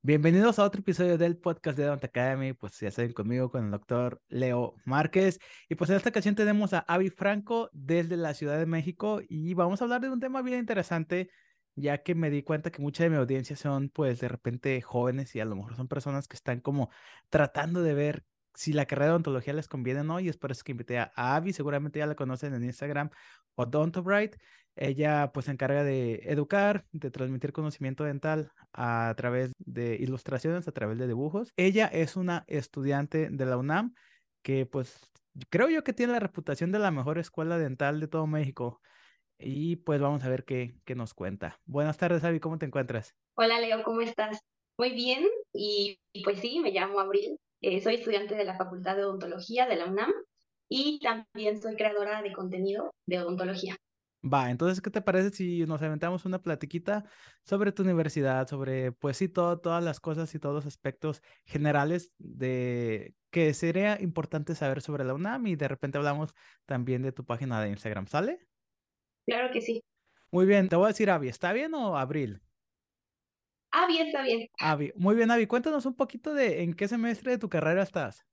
Bienvenidos a otro episodio del podcast de Don't Academy. Pues ya saben conmigo, con el doctor Leo Márquez. Y pues en esta ocasión tenemos a Avi Franco desde la Ciudad de México y vamos a hablar de un tema bien interesante, ya que me di cuenta que mucha de mi audiencia son pues de repente jóvenes y a lo mejor son personas que están como tratando de ver si la carrera de odontología les conviene o no. Y es por eso que invité a Avi, seguramente ya la conocen en Instagram, Odontobright. Ella pues se encarga de educar, de transmitir conocimiento dental a través de ilustraciones, a través de dibujos. Ella es una estudiante de la UNAM que pues creo yo que tiene la reputación de la mejor escuela dental de todo México. Y pues vamos a ver qué nos cuenta. Buenas tardes, Avi, ¿cómo te encuentras? Hola Leo, ¿cómo estás? Muy bien, pues sí, me llamo Abril, soy estudiante de la Facultad de Odontología de la UNAM y también soy creadora de contenido de odontología. Va, entonces, ¿qué te parece si nos aventamos una platiquita sobre tu universidad, sobre, pues sí, todas las cosas y todos los aspectos generales de que sería importante saber sobre la UNAM y de repente hablamos también de tu página de Instagram, ¿sale? Claro que sí. Muy bien, te voy a decir Avi, ¿está bien o Abril? Ah, bien, está bien. Avi, muy bien, Avi, cuéntanos un poquito de en qué semestre de tu carrera estás.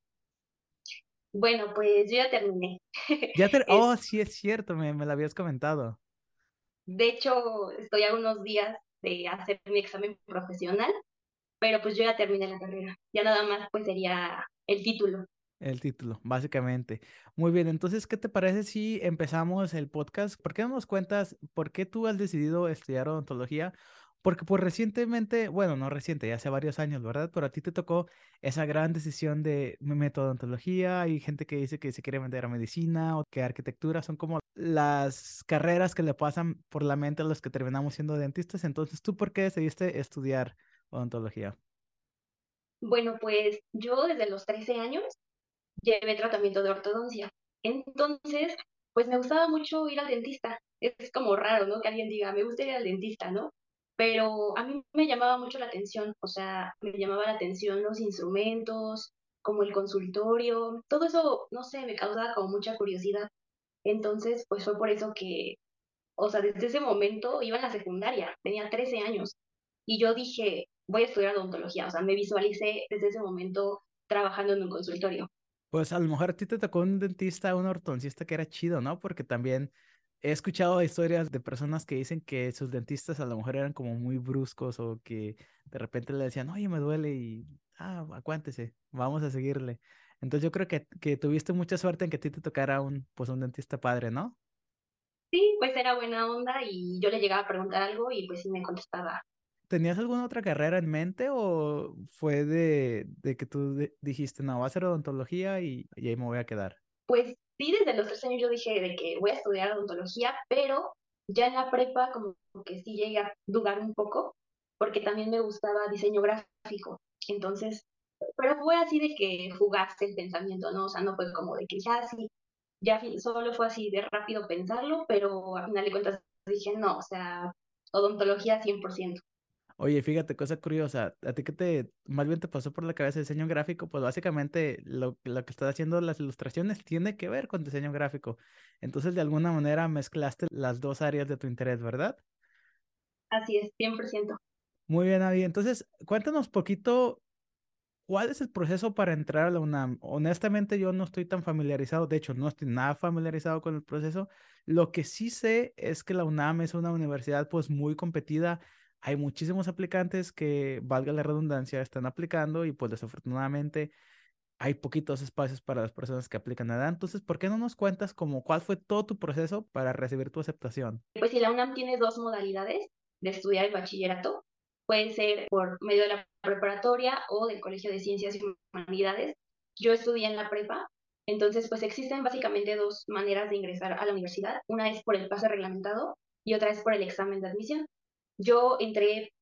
Bueno, pues yo ya terminé. Oh, Es, sí, es cierto, me lo habías comentado. de hecho, estoy a unos días de hacer mi examen profesional, pero pues yo ya terminé la carrera. Ya nada más pues sería el título. El título, básicamente. Muy bien, entonces, ¿qué te parece si empezamos el podcast? ¿Por qué no nos cuentas por qué tú has decidido estudiar odontología? Porque pues recientemente, bueno, no reciente, ya hace varios años, ¿verdad? Pero a ti te tocó esa gran decisión de me meto a odontología. Hay gente que dice que se quiere meter a medicina o que arquitectura son como las carreras que le pasan por la mente a los que terminamos siendo dentistas. Entonces, ¿tú por qué decidiste estudiar odontología? Bueno, pues yo desde los 13 años llevé tratamiento de ortodoncia. Entonces, pues me gustaba mucho ir al dentista. Es como raro, ¿no? Que alguien diga, me gusta ir al dentista, ¿no? Pero a mí me llamaba mucho la atención, o sea, me llamaba la atención los instrumentos, como el consultorio, todo eso, no sé, me causaba como mucha curiosidad. Entonces, pues fue por eso que, o sea, desde ese momento iba en la secundaria, tenía 13 años, y yo dije, voy a estudiar odontología, o sea, me visualicé desde ese momento trabajando en un consultorio. Pues a lo mejor a ti te tocó un dentista, un ortodoncista que era chido, ¿no? Porque también he escuchado historias de personas que dicen que sus dentistas a lo mejor eran como muy bruscos o que de repente le decían, oye, me duele y, aguántese, vamos a seguirle. Entonces yo creo que tuviste mucha suerte en que a ti te tocara pues un dentista padre, ¿no? Sí, pues era buena onda y yo le llegaba a preguntar algo y pues sí me contestaba. ¿Tenías alguna otra carrera en mente o fue de que tú dijiste, no, va a ser odontología y ahí me voy a quedar? Pues sí, desde los 3 años yo dije de que voy a estudiar odontología, pero ya en la prepa como que sí llegué a dudar un poco, porque también me gustaba diseño gráfico. Entonces, pero fue así de que jugaste el pensamiento, ¿no? O sea, no fue como de que ya sí, solo fue así de rápido pensarlo, pero a final de cuentas dije, no, o sea, odontología 100%. Oye, fíjate, cosa curiosa, a ti que más bien te pasó por la cabeza el diseño gráfico, pues básicamente lo que estás haciendo las ilustraciones tiene que ver con diseño gráfico. Entonces, de alguna manera mezclaste las dos áreas de tu interés, ¿verdad? Así es, 100%. Muy bien, Avi. Entonces, cuéntanos poquito, ¿cuál es el proceso para entrar a la UNAM? Honestamente, yo no estoy tan familiarizado, de hecho, no estoy nada familiarizado con el proceso. Lo que sí sé es que la UNAM es una universidad pues muy competida. Hay muchísimos aplicantes que, valga la redundancia, están aplicando y pues desafortunadamente hay poquitos espacios para las personas que aplican allá. Entonces, ¿por qué no nos cuentas como cuál fue todo tu proceso para recibir tu aceptación? Pues si la UNAM tiene dos modalidades de estudiar el bachillerato, puede ser por medio de la preparatoria o del Colegio de Ciencias y Humanidades. Yo estudié en la prepa, entonces pues existen básicamente dos maneras de ingresar a la universidad. Una es por el pase reglamentado y otra es por el examen de admisión. Yo entré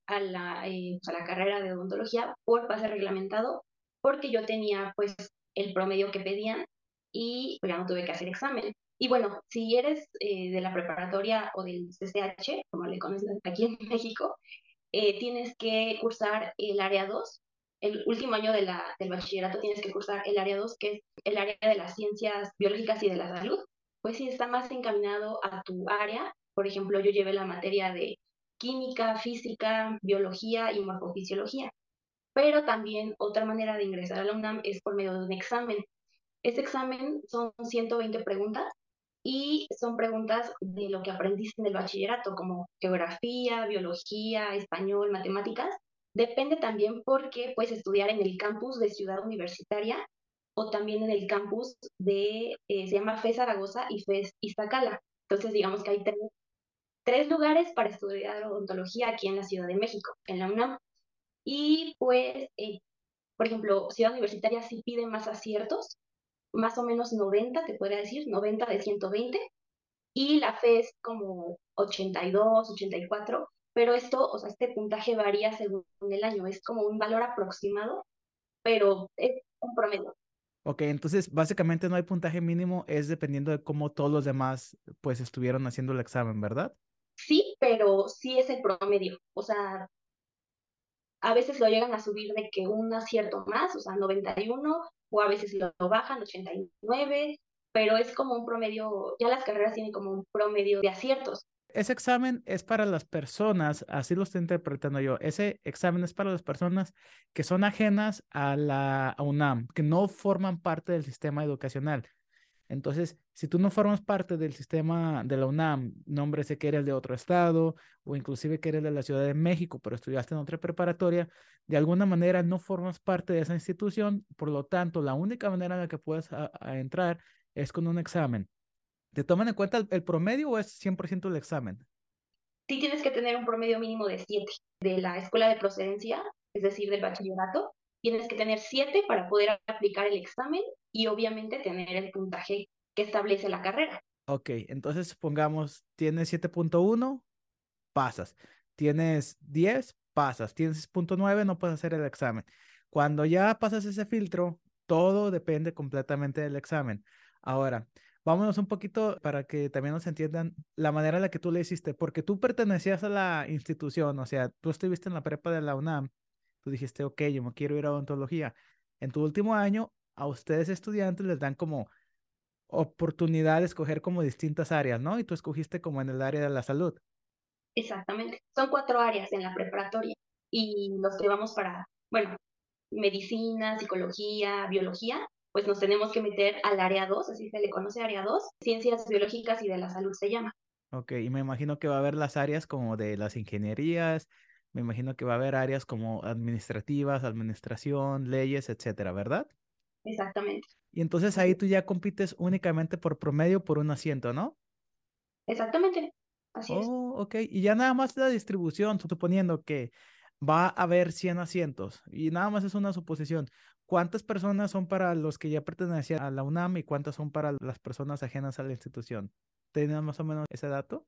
a la carrera de odontología por pase reglamentado porque yo tenía pues el promedio que pedían y pues, ya no tuve que hacer examen. Y bueno, si eres de la preparatoria o del CCH, como le conocen aquí en México, tienes que cursar el área 2. El último año del bachillerato tienes que cursar el área 2, que es el área de las ciencias biológicas y de la salud. Pues sí, está más encaminado a tu área. Por ejemplo, yo llevé la materia de química, física, biología y morfofisiología. pero también otra manera de ingresar a la UNAM es por medio de un examen. Este examen son 120 preguntas y son preguntas de lo que aprendiste en el bachillerato, como geografía, biología, español, matemáticas. Depende también porque puedes estudiar en el campus de Ciudad Universitaria o también en el campus de, se llama FES Zaragoza y FES Iztacala. Entonces, digamos que hay tres lugares para estudiar odontología aquí en la Ciudad de México, en la UNAM. Y pues, por ejemplo, Ciudad Universitaria sí pide más aciertos, más o menos 90, te podría decir, 90 de 120, y la FE es como 82, 84, pero esto, o sea, este puntaje varía según el año, es como un valor aproximado, pero es un promedio. Ok, entonces básicamente no hay puntaje mínimo, es dependiendo de cómo todos los demás pues estuvieron haciendo el examen, ¿verdad? Sí, pero sí es el promedio, o sea, a veces lo llegan a subir de que un acierto más, o sea, 91, o a veces lo bajan 89, pero es como un promedio, ya las carreras tienen como un promedio de aciertos. Ese examen es para las personas, así lo estoy interpretando yo, ese examen es para las personas que son ajenas a la a UNAM, que no forman parte del sistema educacional. Entonces, si tú no formas parte del sistema de la UNAM, nómbrese que eres de otro estado o inclusive que eres de la Ciudad de México, pero estudiaste en otra preparatoria, de alguna manera no formas parte de esa institución, por lo tanto, la única manera en la que puedes a entrar es con un examen. ¿Te toman en cuenta el promedio o es 100% el examen? Sí tienes que tener un promedio mínimo de 7 de la escuela de procedencia, es decir, del bachillerato. Tienes que tener 7 para poder aplicar el examen y obviamente tener el puntaje que establece la carrera. Ok, entonces supongamos, tienes 7.1, pasas. Tienes 10, pasas. Tienes 6.9, no puedes hacer el examen. Cuando ya pasas ese filtro, todo depende completamente del examen. Ahora, vámonos un poquito para que también nos entiendan la manera en la que tú le hiciste, porque tú pertenecías a la institución, o sea, tú estuviste en la prepa de la UNAM, tú dijiste, ok, yo me quiero ir a odontología. En tu último año, a ustedes estudiantes les dan como oportunidad de escoger como distintas áreas, ¿no? Y tú escogiste como en el área de la salud. Exactamente. Son 4 áreas en la preparatoria y los que vamos para, bueno, medicina, psicología, biología, pues nos tenemos que meter al área 2, así se le conoce área 2, ciencias biológicas y de la salud se llama. Ok, y me imagino que va a haber las áreas como de las ingenierías, me imagino que va a haber áreas como administrativas, administración, leyes, etcétera, ¿verdad? Exactamente. Y entonces Así ahí es. tú ya compites únicamente por promedio por un asiento, ¿no? Exactamente. Así es. Oh, ok. Y ya nada más la distribución, suponiendo que va a haber 100 asientos y nada más es una suposición. ¿Cuántas personas son para los que ya pertenecían a la UNAM y cuántas son para las personas ajenas a la institución? ¿Tenías más o menos ese dato?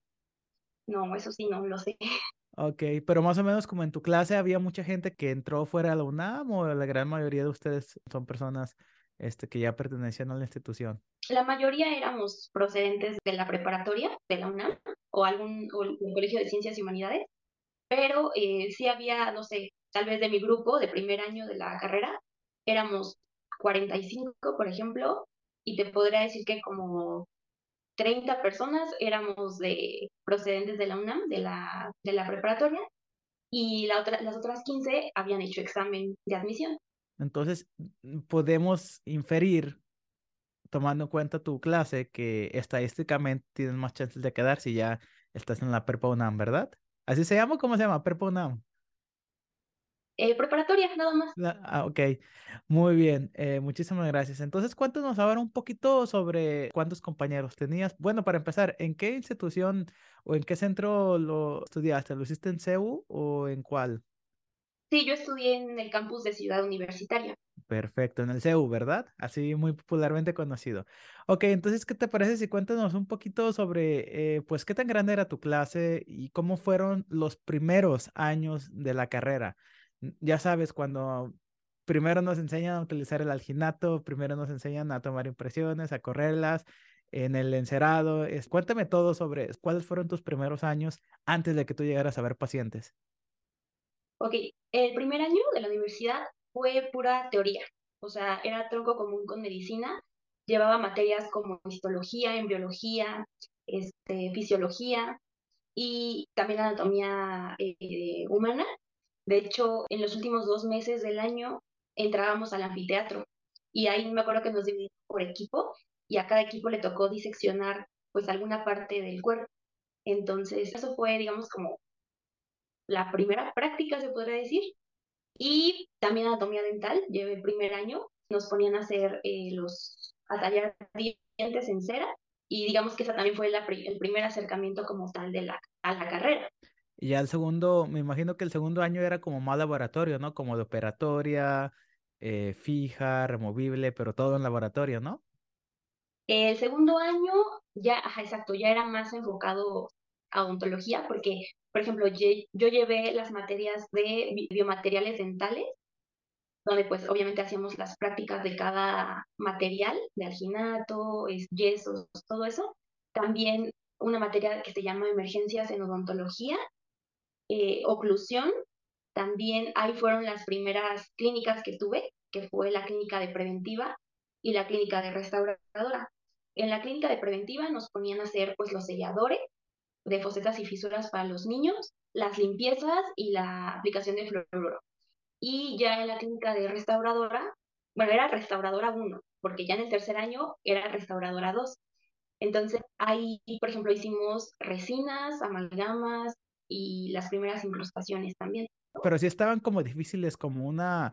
No, eso sí, no lo sé. Ok, pero más o menos como en tu clase había mucha gente que entró fuera de la UNAM o la gran mayoría de ustedes son personas que ya pertenecían a la institución. La mayoría éramos procedentes de la preparatoria, de la UNAM, o algún o el Colegio de Ciencias y Humanidades, pero sí había, no sé, tal vez de mi grupo de primer año de la carrera, éramos 45, por ejemplo, y te podría decir que como 30 personas éramos procedentes de la UNAM, de la preparatoria, y las otras 15 habían hecho examen de admisión. Entonces, podemos inferir, tomando en cuenta tu clase, que estadísticamente tienes más chances de quedar si ya estás en la Prepa UNAM, ¿verdad? ¿Así se llama o cómo se llama? Prepa UNAM. Preparatoria, nada más. Ok, muy bien, muchísimas gracias. Entonces, cuéntanos ahora un poquito sobre cuántos compañeros tenías. Bueno, para empezar, ¿en qué institución o en qué centro lo estudiaste? ¿Lo hiciste en CEU o en cuál? Sí, yo estudié en el campus de Ciudad Universitaria. Perfecto, en el CEU, ¿verdad? Así muy popularmente conocido. Ok, entonces, ¿qué te parece si cuéntanos un poquito sobre, pues, qué tan grande era tu clase y cómo fueron los primeros años de la carrera? Ya sabes, cuando primero nos enseñan a utilizar el alginato, primero nos enseñan a tomar impresiones, a correrlas en el encerado. Cuéntame todo sobre cuáles fueron tus primeros años antes de que tú llegaras a ver pacientes. Ok, el primer año de la universidad fue pura teoría, o sea, era tronco común con medicina, llevaba materias como histología, embriología, fisiología y también anatomía humana. De hecho, en los últimos 2 meses del año entrábamos al anfiteatro y ahí me acuerdo que nos dividimos por equipo y a cada equipo le tocó diseccionar pues alguna parte del cuerpo. Entonces, eso fue, digamos, como la primera práctica, se podría decir. Y también anatomía dental, llevé el primer año, nos ponían a hacer a tallar dientes en cera y digamos que esa también fue el primer acercamiento como tal a la carrera. Y ya el segundo, me imagino que el segundo año era como más laboratorio, ¿no? Como de operatoria, fija, removible, pero todo en laboratorio, ¿no? El segundo año ya, ajá, exacto, ya era más enfocado a odontología porque, por ejemplo, yo llevé las materias de biomateriales dentales, donde pues obviamente hacíamos las prácticas de cada material, de alginato, yesos, todo eso. También una materia que se llama emergencias en odontología, oclusión. También ahí fueron las primeras clínicas que tuve, que fue la clínica de preventiva y la clínica de restauradora. En la clínica de preventiva nos ponían a hacer pues los selladores de fosetas y fisuras para los niños, las limpiezas y la aplicación de fluoruro. Y ya en la clínica de restauradora, bueno, era restauradora 1, porque ya en el tercer año era restauradora 2. Entonces, ahí, por ejemplo, hicimos resinas, amalgamas y las primeras incrustaciones también. Pero sí estaban como difíciles, como una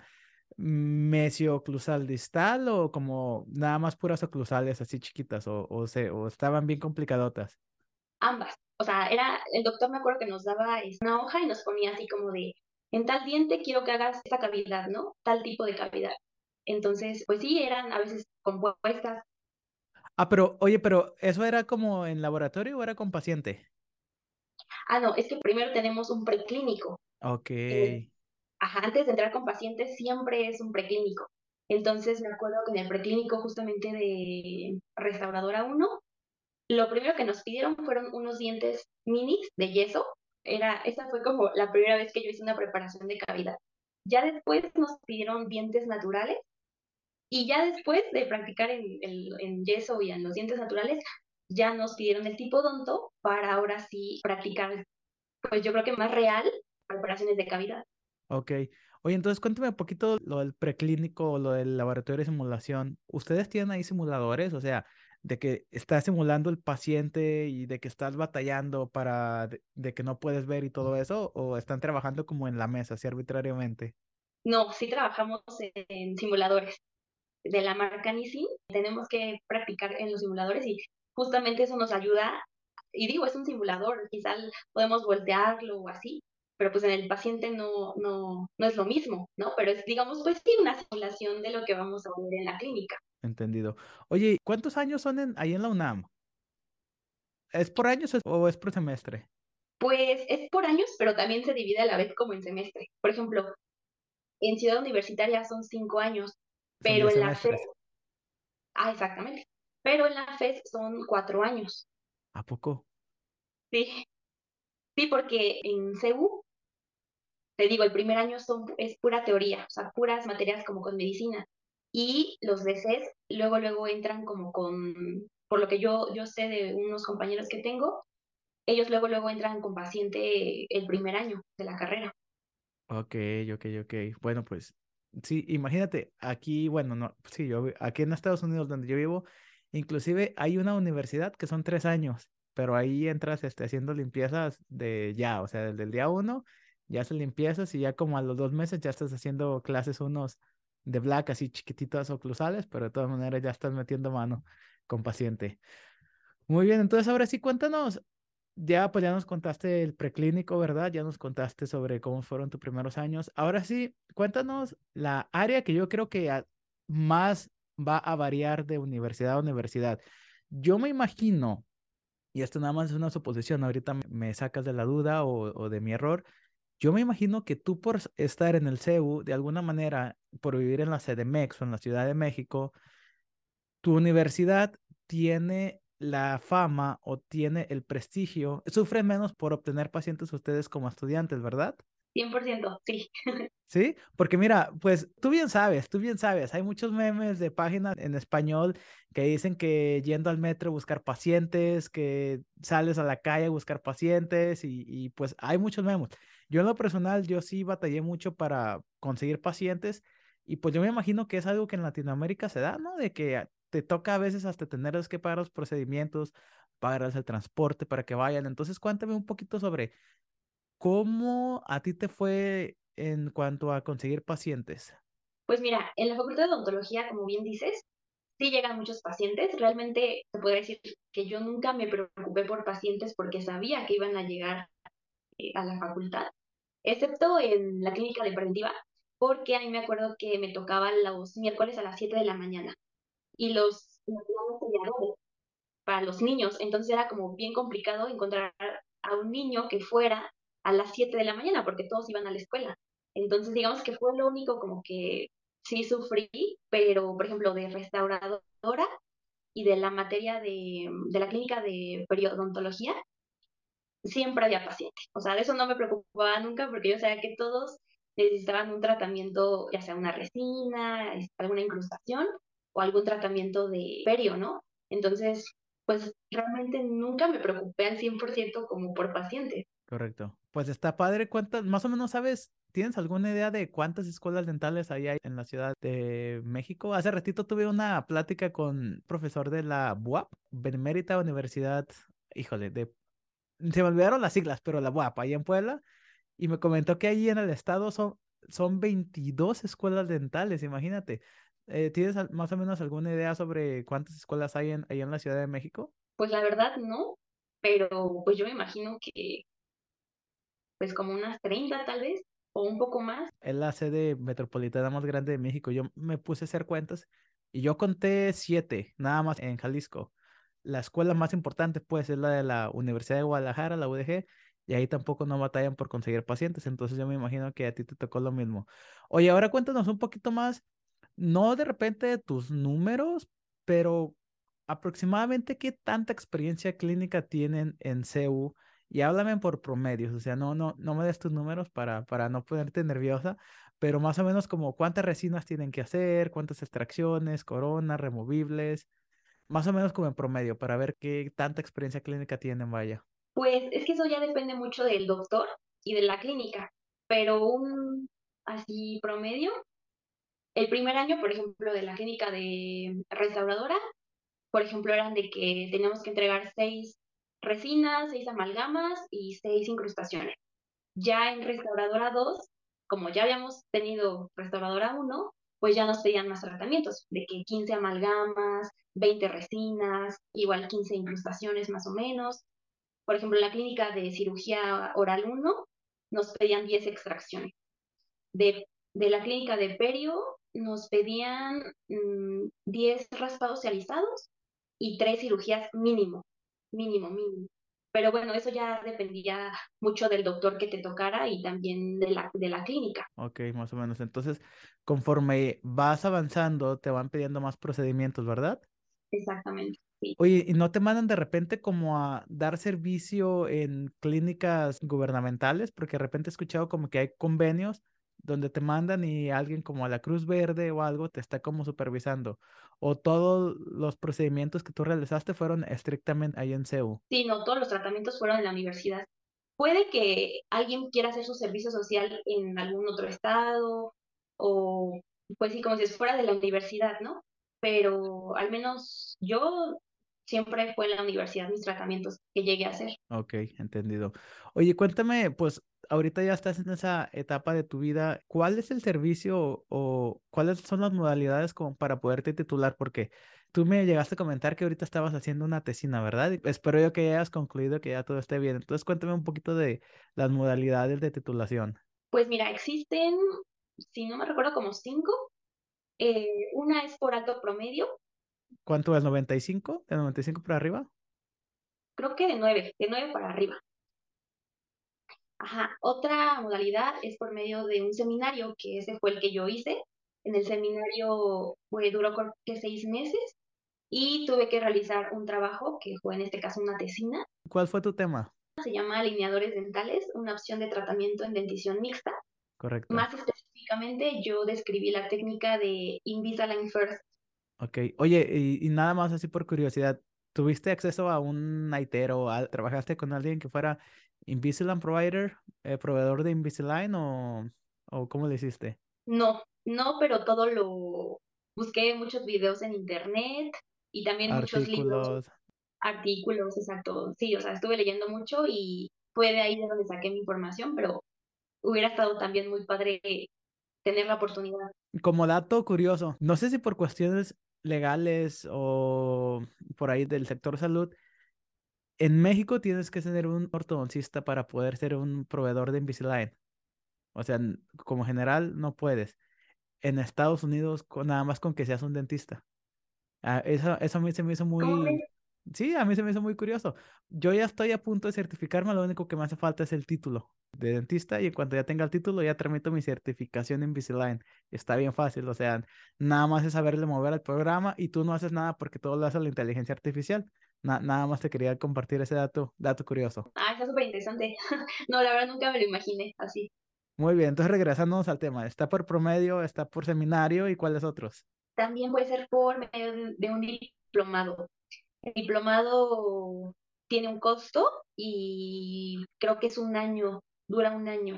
mesioclusal distal o como nada más puras oclusales así chiquitas o estaban bien complicadotas. Ambas. O sea, el doctor me acuerdo que nos daba una hoja y nos ponía así como de, en tal diente quiero que hagas esta cavidad, ¿no? Tal tipo de cavidad. Entonces, pues sí, eran a veces compuestas. Ah, pero oye, pero ¿eso era como en laboratorio o era con paciente? Ah, no, es que primero tenemos un preclínico. Ok, Eh, ajá, antes de entrar con pacientes siempre es un preclínico. Entonces me acuerdo que en el preclínico justamente de Restauradora 1, lo primero que nos pidieron fueron unos dientes minis de yeso. Esa fue como la primera vez que yo hice una preparación de cavidad. Ya después nos pidieron dientes naturales y ya después de practicar en yeso y en los dientes naturales, ya nos pidieron el tipo odonto para ahora sí practicar, pues yo creo que más real, preparaciones de cavidad. ok. Oye, entonces cuéntame un poquito lo del preclínico o lo del laboratorio de simulación. ¿Ustedes tienen ahí simuladores? O sea, de que estás simulando el paciente y de que estás batallando de que no puedes ver y todo eso, o están trabajando como en la mesa, así arbitrariamente. No, sí trabajamos en simuladores de la marca Nissin, tenemos que practicar en los simuladores y justamente eso nos ayuda, y digo, es un simulador, quizás podemos voltearlo o así, pero pues en el paciente no es lo mismo, ¿no? Pero es, digamos, pues sí, una simulación de lo que vamos a ver en la clínica. Entendido. Oye, ¿cuántos años son ahí en la UNAM? ¿Es por años o es por semestre? Pues es por años, pero también se divide a la vez como en semestre. Por ejemplo, en Ciudad Universitaria son 5 años, Son pero 10 en la FES, semestres. exactamente, pero en la FES son 4 años. ¿A poco? Sí, sí, porque en CEU te digo, el primer año es pura teoría, o sea, puras materias como con medicina. Y los de CES luego entran como por lo que yo sé de unos compañeros que tengo, ellos luego entran con paciente el primer año de la carrera. Ok, ok. Bueno, pues sí, imagínate, aquí, bueno, no, sí, aquí en Estados Unidos donde yo vivo, inclusive hay una universidad que son 3 años, pero ahí entras haciendo limpiezas de ya, o sea, desde el día uno ya haces limpiezas y ya como a los 2 meses ya estás haciendo clases unos de black, así chiquititas oclusales, pero de todas maneras ya estás metiendo mano con paciente. Muy bien, entonces ahora sí cuéntanos, ya pues ya nos contaste el preclínico, ¿verdad? Ya nos contaste sobre cómo fueron tus primeros años. Ahora sí, cuéntanos la área que yo creo que más va a variar de universidad a universidad. Yo me imagino, y esto nada más es una suposición, ahorita me sacas de la duda o de mi error, yo me imagino que tú por estar en el CEU, de alguna manera, por vivir en la CDMX o en la Ciudad de México, tu universidad tiene la fama o tiene el prestigio, sufre menos por obtener pacientes ustedes como estudiantes, ¿verdad? 100%, sí. Sí, porque mira, pues tú bien sabes, hay muchos memes de páginas en español que dicen que yendo al metro a buscar pacientes, que sales a la calle a buscar pacientes y pues hay muchos memes. Yo en lo personal, yo sí batallé mucho para conseguir pacientes y pues yo me imagino que es algo que en Latinoamérica se da, ¿no? De que te toca a veces hasta tenerles que pagar los procedimientos, pagarles el transporte para que vayan. Entonces, cuéntame un poquito sobre cómo a ti te fue en cuanto a conseguir pacientes. Pues mira, en la Facultad de Odontología, como bien dices, sí llegan muchos pacientes. Realmente te podría decir que yo nunca me preocupé por pacientes porque sabía que iban a llegar a la facultad, excepto en la clínica de preventiva, porque a mí me acuerdo que me tocaban los miércoles a las 7 de la mañana y los días feriados para los niños, entonces era como bien complicado encontrar a un niño que fuera a las 7 de la mañana porque todos iban a la escuela. Entonces, digamos que fue lo único como que sí sufrí, pero por ejemplo de restauradora y de la materia de la clínica de periodontología, siempre había paciente. O sea, de eso no me preocupaba nunca porque yo sabía que todos necesitaban un tratamiento, ya sea una resina, alguna incrustación o algún tratamiento de perio, ¿no? Entonces, pues realmente nunca me preocupé al 100% como por pacientes. Correcto. Pues está padre. ¿Cuántas, más o menos sabes, tienes alguna idea de cuántas escuelas dentales hay en la Ciudad de México? Hace ratito tuve una plática con un profesor de la BUAP, Benemérita Universidad, híjole, se me olvidaron las siglas, pero la BUAP, ahí en Puebla, y me comentó que ahí en el estado son 22 escuelas dentales, imagínate. ¿Tienes más o menos alguna idea sobre cuántas escuelas hay ahí en la Ciudad de México? Pues la verdad no, pero pues yo me imagino que pues como unas 30 tal vez o un poco más. Es la sede metropolitana más grande de México. Yo me puse a hacer cuentas y yo conté 7, nada más en Jalisco. La escuela más importante, pues, es la de la Universidad de Guadalajara, la UDG, y ahí tampoco no batallan por conseguir pacientes. Entonces yo me imagino que a ti te tocó lo mismo. Oye, ahora cuéntanos un poquito más, no de repente de tus números, pero aproximadamente qué tanta experiencia clínica tienen en CEU y háblame por promedios, o sea, no me des tus números para no ponerte nerviosa, pero más o menos como cuántas resinas tienen que hacer, cuántas extracciones, coronas, removibles, más o menos como en promedio, para ver qué tanta experiencia clínica tienen, vaya. Pues es que eso ya depende mucho del doctor y de la clínica, pero un así promedio, el primer año, por ejemplo, de la clínica de restauradora, por ejemplo, eran de que teníamos que entregar 6 resinas, 6 amalgamas y 6 incrustaciones. Ya en restauradora 2, como ya habíamos tenido restauradora 1, pues ya nos pedían más tratamientos, de que 15 amalgamas, 20 resinas, igual 15 incrustaciones más o menos. Por ejemplo, en la clínica de cirugía oral 1 nos pedían 10 extracciones. De la clínica de perio nos pedían 10 raspados y alisados y 3 cirugías mínimo, mínimo, mínimo. Pero bueno, eso ya dependía mucho del doctor que te tocara y también de la clínica. Ok, más o menos. Entonces, conforme vas avanzando, te van pidiendo más procedimientos, ¿verdad? Exactamente, sí. Oye, ¿y no te mandan de repente como a dar servicio en clínicas gubernamentales? Porque de repente he escuchado como que hay convenios donde te mandan y alguien como a la Cruz Verde o algo te está como supervisando. O todos los procedimientos que tú realizaste fueron estrictamente ahí en CEU. Sí, no, todos los tratamientos fueron en la universidad. Puede que alguien quiera hacer su servicio social en algún otro estado o, pues sí, como si fuera de la universidad, ¿no? Pero al menos yo siempre fue en la universidad mis tratamientos que llegué a hacer. Ok, entendido. Oye, cuéntame, pues ahorita ya estás en esa etapa de tu vida, ¿cuál es el servicio o cuáles son las modalidades como para poderte titular? Porque tú me llegaste a comentar que ahorita estabas haciendo una tesina, ¿verdad? Y espero yo que ya hayas concluido, que ya todo esté bien. Entonces, cuéntame un poquito de las modalidades de titulación. Pues mira, existen, si no me recuerdo, como 5. Una es por alto promedio, ¿Cuánto es? ¿95? ¿De 95 para arriba? creo que de nueve para arriba. Ajá. Otra modalidad es por medio de un seminario, que ese fue el que yo hice. En el seminario duró creo que 6 meses y tuve que realizar un trabajo, que fue en este caso una tesina. ¿Cuál fue tu tema? Se llama alineadores dentales, una opción de tratamiento en dentición mixta. Correcto. Más específicamente, yo describí la técnica de Invisalign First. Ok. Oye, y nada más así por curiosidad, ¿tuviste acceso a un naitero? ¿Trabajaste con alguien que fuera Invisalign Provider, proveedor de Invisalign o ¿cómo le hiciste? No, no, pero todo lo busqué muchos videos en internet y también muchos libros, Artículos. artículos, exacto. Sí, o sea, estuve leyendo mucho y fue de ahí de donde saqué mi información, pero hubiera estado también muy padre tener la oportunidad. Como dato curioso, no sé si por cuestiones legales o por ahí del sector salud, en México tienes que tener un ortodoncista para poder ser un proveedor de Invisalign. O sea, como general no puedes. En Estados Unidos, nada más con que seas un dentista. Eso a mí se me hizo ¿Cómo muy, crees? sí, a mí se me hizo muy curioso. Yo ya estoy a punto de certificarme, lo único que me hace falta es el título de dentista y en cuanto ya tenga el título ya tramito mi certificación en Invisalign. Está bien fácil, o sea, nada más es saberle mover al programa y tú no haces nada porque todo lo hace la inteligencia artificial. Nada más te quería compartir ese dato curioso. Ah, está súper interesante. No, la verdad nunca me lo imaginé así. Muy bien, entonces regresándonos al tema, está por promedio, está por seminario y cuáles otros. También puede ser por medio de un diplomado. El diplomado tiene un costo y creo que es un año, dura un año.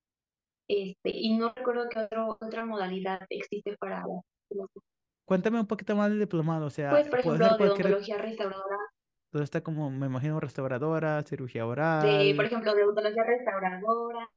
Y no recuerdo qué otra modalidad existe para, Cuéntame un poquito más del diplomado, o sea, pues, por puede ser ejemplo, de cualquier, odontología restauradora, todo está como, me imagino, restauradora, cirugía por oral. ejemplo, de odontología restauradora,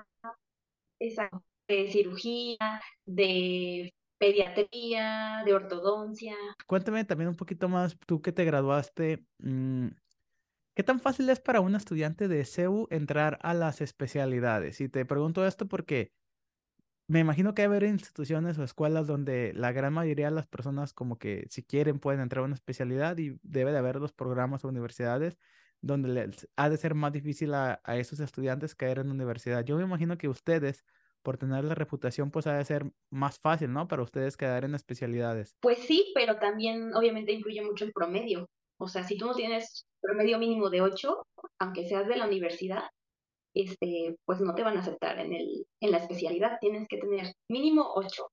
esa, de cirugía, de pediatría, de ortodoncia. Cuéntame también un poquito más, tú que te graduaste, ¿qué tan fácil es para un estudiante de CEU entrar a las especialidades? Y te pregunto esto porque me imagino que hay haber instituciones o escuelas donde la gran mayoría de las personas como que si quieren pueden entrar a una especialidad y debe de haber los programas o universidades donde les ha de ser más difícil a esos estudiantes caer en la universidad. Yo me imagino que ustedes, por tener la reputación, pues ha de ser más fácil, ¿no? Para ustedes quedar en especialidades. Pues sí, pero también obviamente influye mucho el promedio. O sea, si tú no tienes promedio mínimo de 8, aunque seas de la universidad, pues no te van a aceptar en la especialidad. Tienes que tener mínimo 8.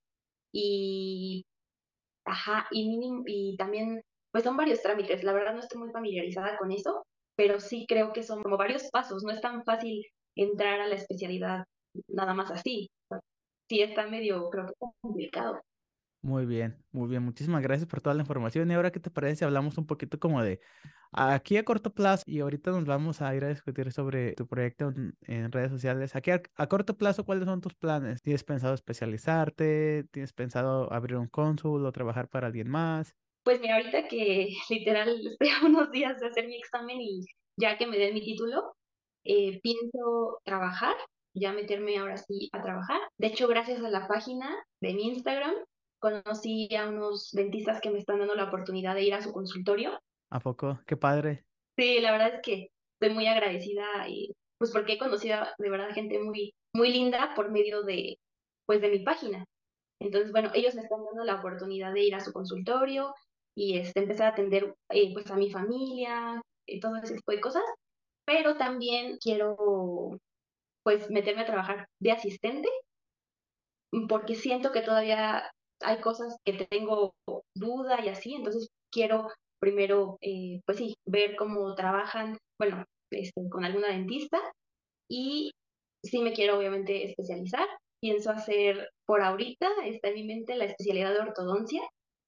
Y, ajá, y mínimo, y también, pues son varios trámites. La verdad no estoy muy familiarizada con eso, pero sí creo que son como varios pasos. No es tan fácil entrar a la especialidad nada más así. Sí está medio, creo que complicado. Muy bien, muy bien. Muchísimas gracias por toda la información. Y ahora, ¿qué te parece si hablamos un poquito como de aquí a corto plazo y ahorita nos vamos a ir a discutir sobre tu proyecto en redes sociales? Aquí a corto plazo, ¿cuáles son tus planes? ¿Tienes pensado especializarte? ¿Tienes pensado abrir un cónsul o trabajar para alguien más? Pues mira, ahorita que literal estoy a unos días de hacer mi examen y ya que me den mi título, pienso trabajar, ya meterme ahora sí a trabajar. De hecho, gracias a la página de mi Instagram, conocí a unos dentistas que me están dando la oportunidad de ir a su consultorio. ¿A poco? Qué padre. Sí, la verdad es que estoy muy agradecida y pues porque he conocido de verdad gente muy, muy linda por medio pues de mi página. Entonces, bueno, ellos me están dando la oportunidad de ir a su consultorio y empezar a atender pues a mi familia, todo ese tipo de cosas, pero también quiero pues meterme a trabajar de asistente porque siento que todavía hay cosas que tengo duda y así, entonces quiero primero pues sí, ver cómo trabajan, bueno, con alguna dentista y sí me quiero obviamente especializar. Pienso hacer por ahorita, está en mi mente la especialidad de ortodoncia,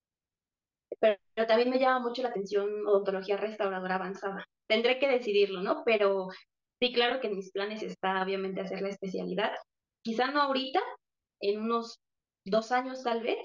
pero también me llama mucho la atención odontología restauradora avanzada. Tendré que decidirlo, ¿no? Pero sí, claro que en mis planes está obviamente hacer la especialidad. Quizá no ahorita, en unos 2 años tal vez,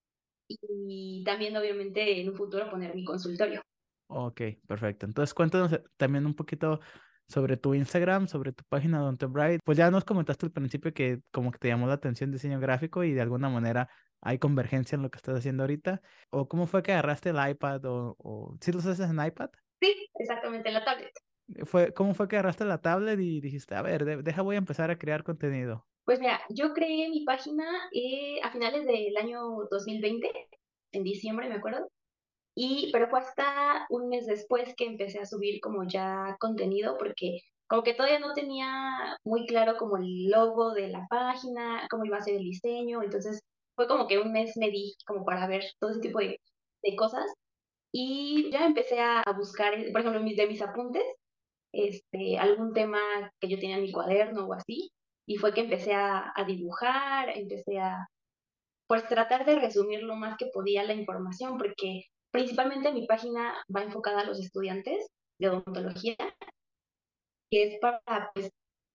y también obviamente en un futuro poner mi consultorio. Ok, perfecto. Entonces cuéntanos también un poquito sobre tu Instagram, sobre tu página de Don't Bright. Pues ya nos comentaste al principio que como que te llamó la atención diseño gráfico y de alguna manera hay convergencia en lo que estás haciendo ahorita. ¿O cómo fue que agarraste el iPad o si lo haces en iPad? Sí, exactamente, la tablet. ¿Cómo fue que agarraste la tablet y dijiste, a ver, deja voy a empezar a crear contenido? Pues mira, yo creé mi página a finales del año 2020, en diciembre, me acuerdo. Pero fue hasta un mes después que empecé a subir como ya contenido, porque como que todavía no tenía muy claro como el logo de la página, cómo iba a ser el diseño, entonces fue como que un mes me di como para ver todo ese tipo de cosas y ya empecé a buscar, por ejemplo, de mis apuntes, algún tema que yo tenía en mi cuaderno o así, y fue que empecé a dibujar, empecé a, pues, tratar de resumir lo más que podía la información, porque principalmente mi página va enfocada a los estudiantes de odontología, que es para, pues,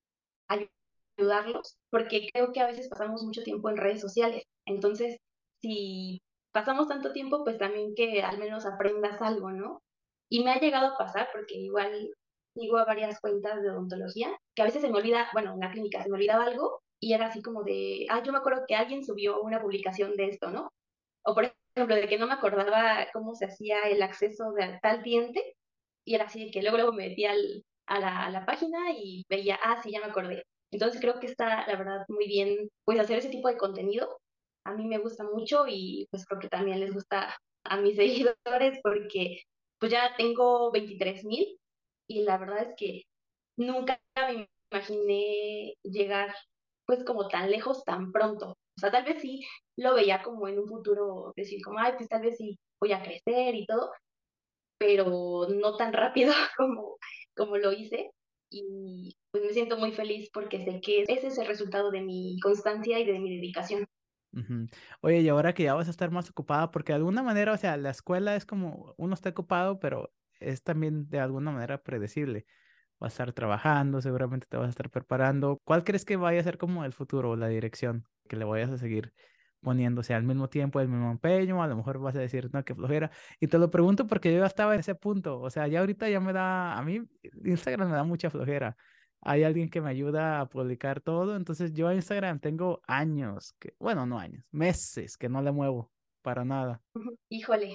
ayudarlos, porque creo que a veces pasamos mucho tiempo en redes sociales. Entonces, si pasamos tanto tiempo, pues también que al menos aprendas algo, ¿no? Y me ha llegado a pasar, porque igual sigo a varias cuentas de odontología, que a veces se me olvida, bueno, en la clínica se me olvidaba algo y era así como de, yo me acuerdo que alguien subió una publicación de esto, ¿no? O por ejemplo, de que no me acordaba cómo se hacía el acceso de tal cliente y era así de que luego me metía a la página y veía, sí, ya me acordé. Entonces creo que está, la verdad, muy bien, pues hacer ese tipo de contenido. A mí me gusta mucho y pues creo que también les gusta a mis seguidores porque pues ya tengo 23,000 y la verdad es que nunca me imaginé llegar pues como tan lejos tan pronto. O sea, tal vez sí lo veía como en un futuro, decir como, pues tal vez sí voy a crecer y todo, pero no tan rápido como lo hice. Y pues me siento muy feliz porque sé que ese es el resultado de mi constancia y de mi dedicación. Ujú. Oye, y ahora que ya vas a estar más ocupada, porque de alguna manera, o sea, la escuela es como uno está ocupado, pero es también de alguna manera predecible. Vas a estar trabajando, seguramente te vas a estar preparando. ¿Cuál crees que vaya a ser como el futuro, la dirección que le vayas a seguir poniéndose al mismo tiempo, el mismo empeño? A lo mejor vas a decir, no, qué flojera. Y te lo pregunto porque yo ya estaba en ese punto. O sea, ya ahorita ya me da, a mí Instagram me da mucha flojera. Hay alguien que me ayuda a publicar todo, entonces yo a Instagram tengo años, que, bueno, no años, meses que no le muevo para nada. Híjole,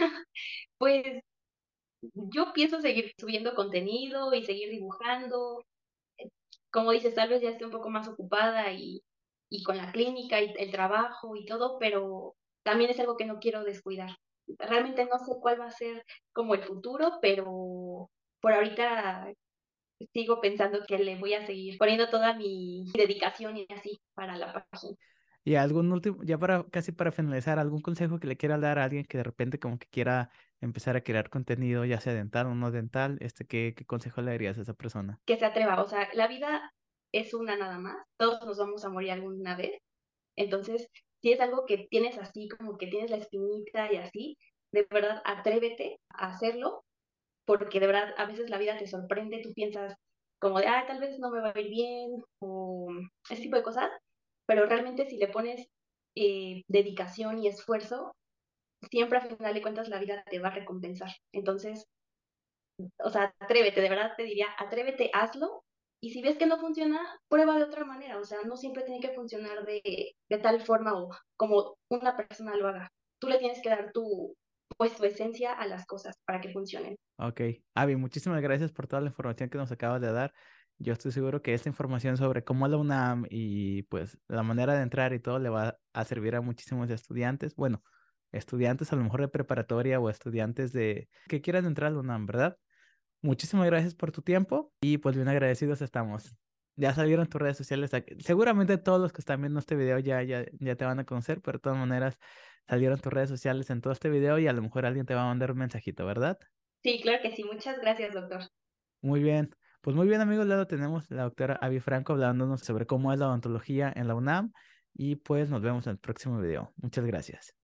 pues yo pienso seguir subiendo contenido y seguir dibujando. Como dices, tal vez ya esté un poco más ocupada y con la clínica y el trabajo y todo, pero también es algo que no quiero descuidar. Realmente no sé cuál va a ser como el futuro, pero por ahorita sigo pensando que le voy a seguir poniendo toda mi dedicación y así para la página. Y algún último, ya para casi para finalizar, algún consejo que le quiera dar a alguien que de repente como que quiera empezar a crear contenido, ya sea dental o no dental, ¿qué consejo le darías a esa persona? Que se atreva, o sea, la vida es una nada más, todos nos vamos a morir alguna vez, entonces si es algo que tienes así, como que tienes la espinita y así, de verdad atrévete a hacerlo, porque de verdad a veces la vida te sorprende, tú piensas como de, tal vez no me va a ir bien, o ese tipo de cosas, pero realmente si le pones dedicación y esfuerzo, siempre al final de cuentas la vida te va a recompensar. Entonces, o sea, atrévete, de verdad te diría, atrévete, hazlo. Y si ves que no funciona, prueba de otra manera. O sea, no siempre tiene que funcionar de tal forma o como una persona lo haga. Tú le tienes que dar pues, tu esencia a las cosas para que funcionen. Ok, Avi, muchísimas gracias por toda la información que nos acabas de dar. Yo estoy seguro que esta información sobre cómo es la UNAM y pues la manera de entrar y todo le va a servir a muchísimos estudiantes. Bueno, estudiantes a lo mejor de preparatoria o estudiantes de que quieran entrar a la UNAM, ¿verdad? Muchísimas gracias por tu tiempo y pues bien agradecidos estamos. Ya salieron tus redes sociales. Seguramente todos los que están viendo este video ya te van a conocer, pero de todas maneras salieron tus redes sociales en todo este video y a lo mejor alguien te va a mandar un mensajito, ¿verdad? Sí, claro que sí. Muchas gracias, doctor. Muy bien. Pues muy bien, amigos. Luego tenemos la doctora Avi Franco hablándonos sobre cómo es la odontología en la UNAM y pues nos vemos en el próximo video. Muchas gracias.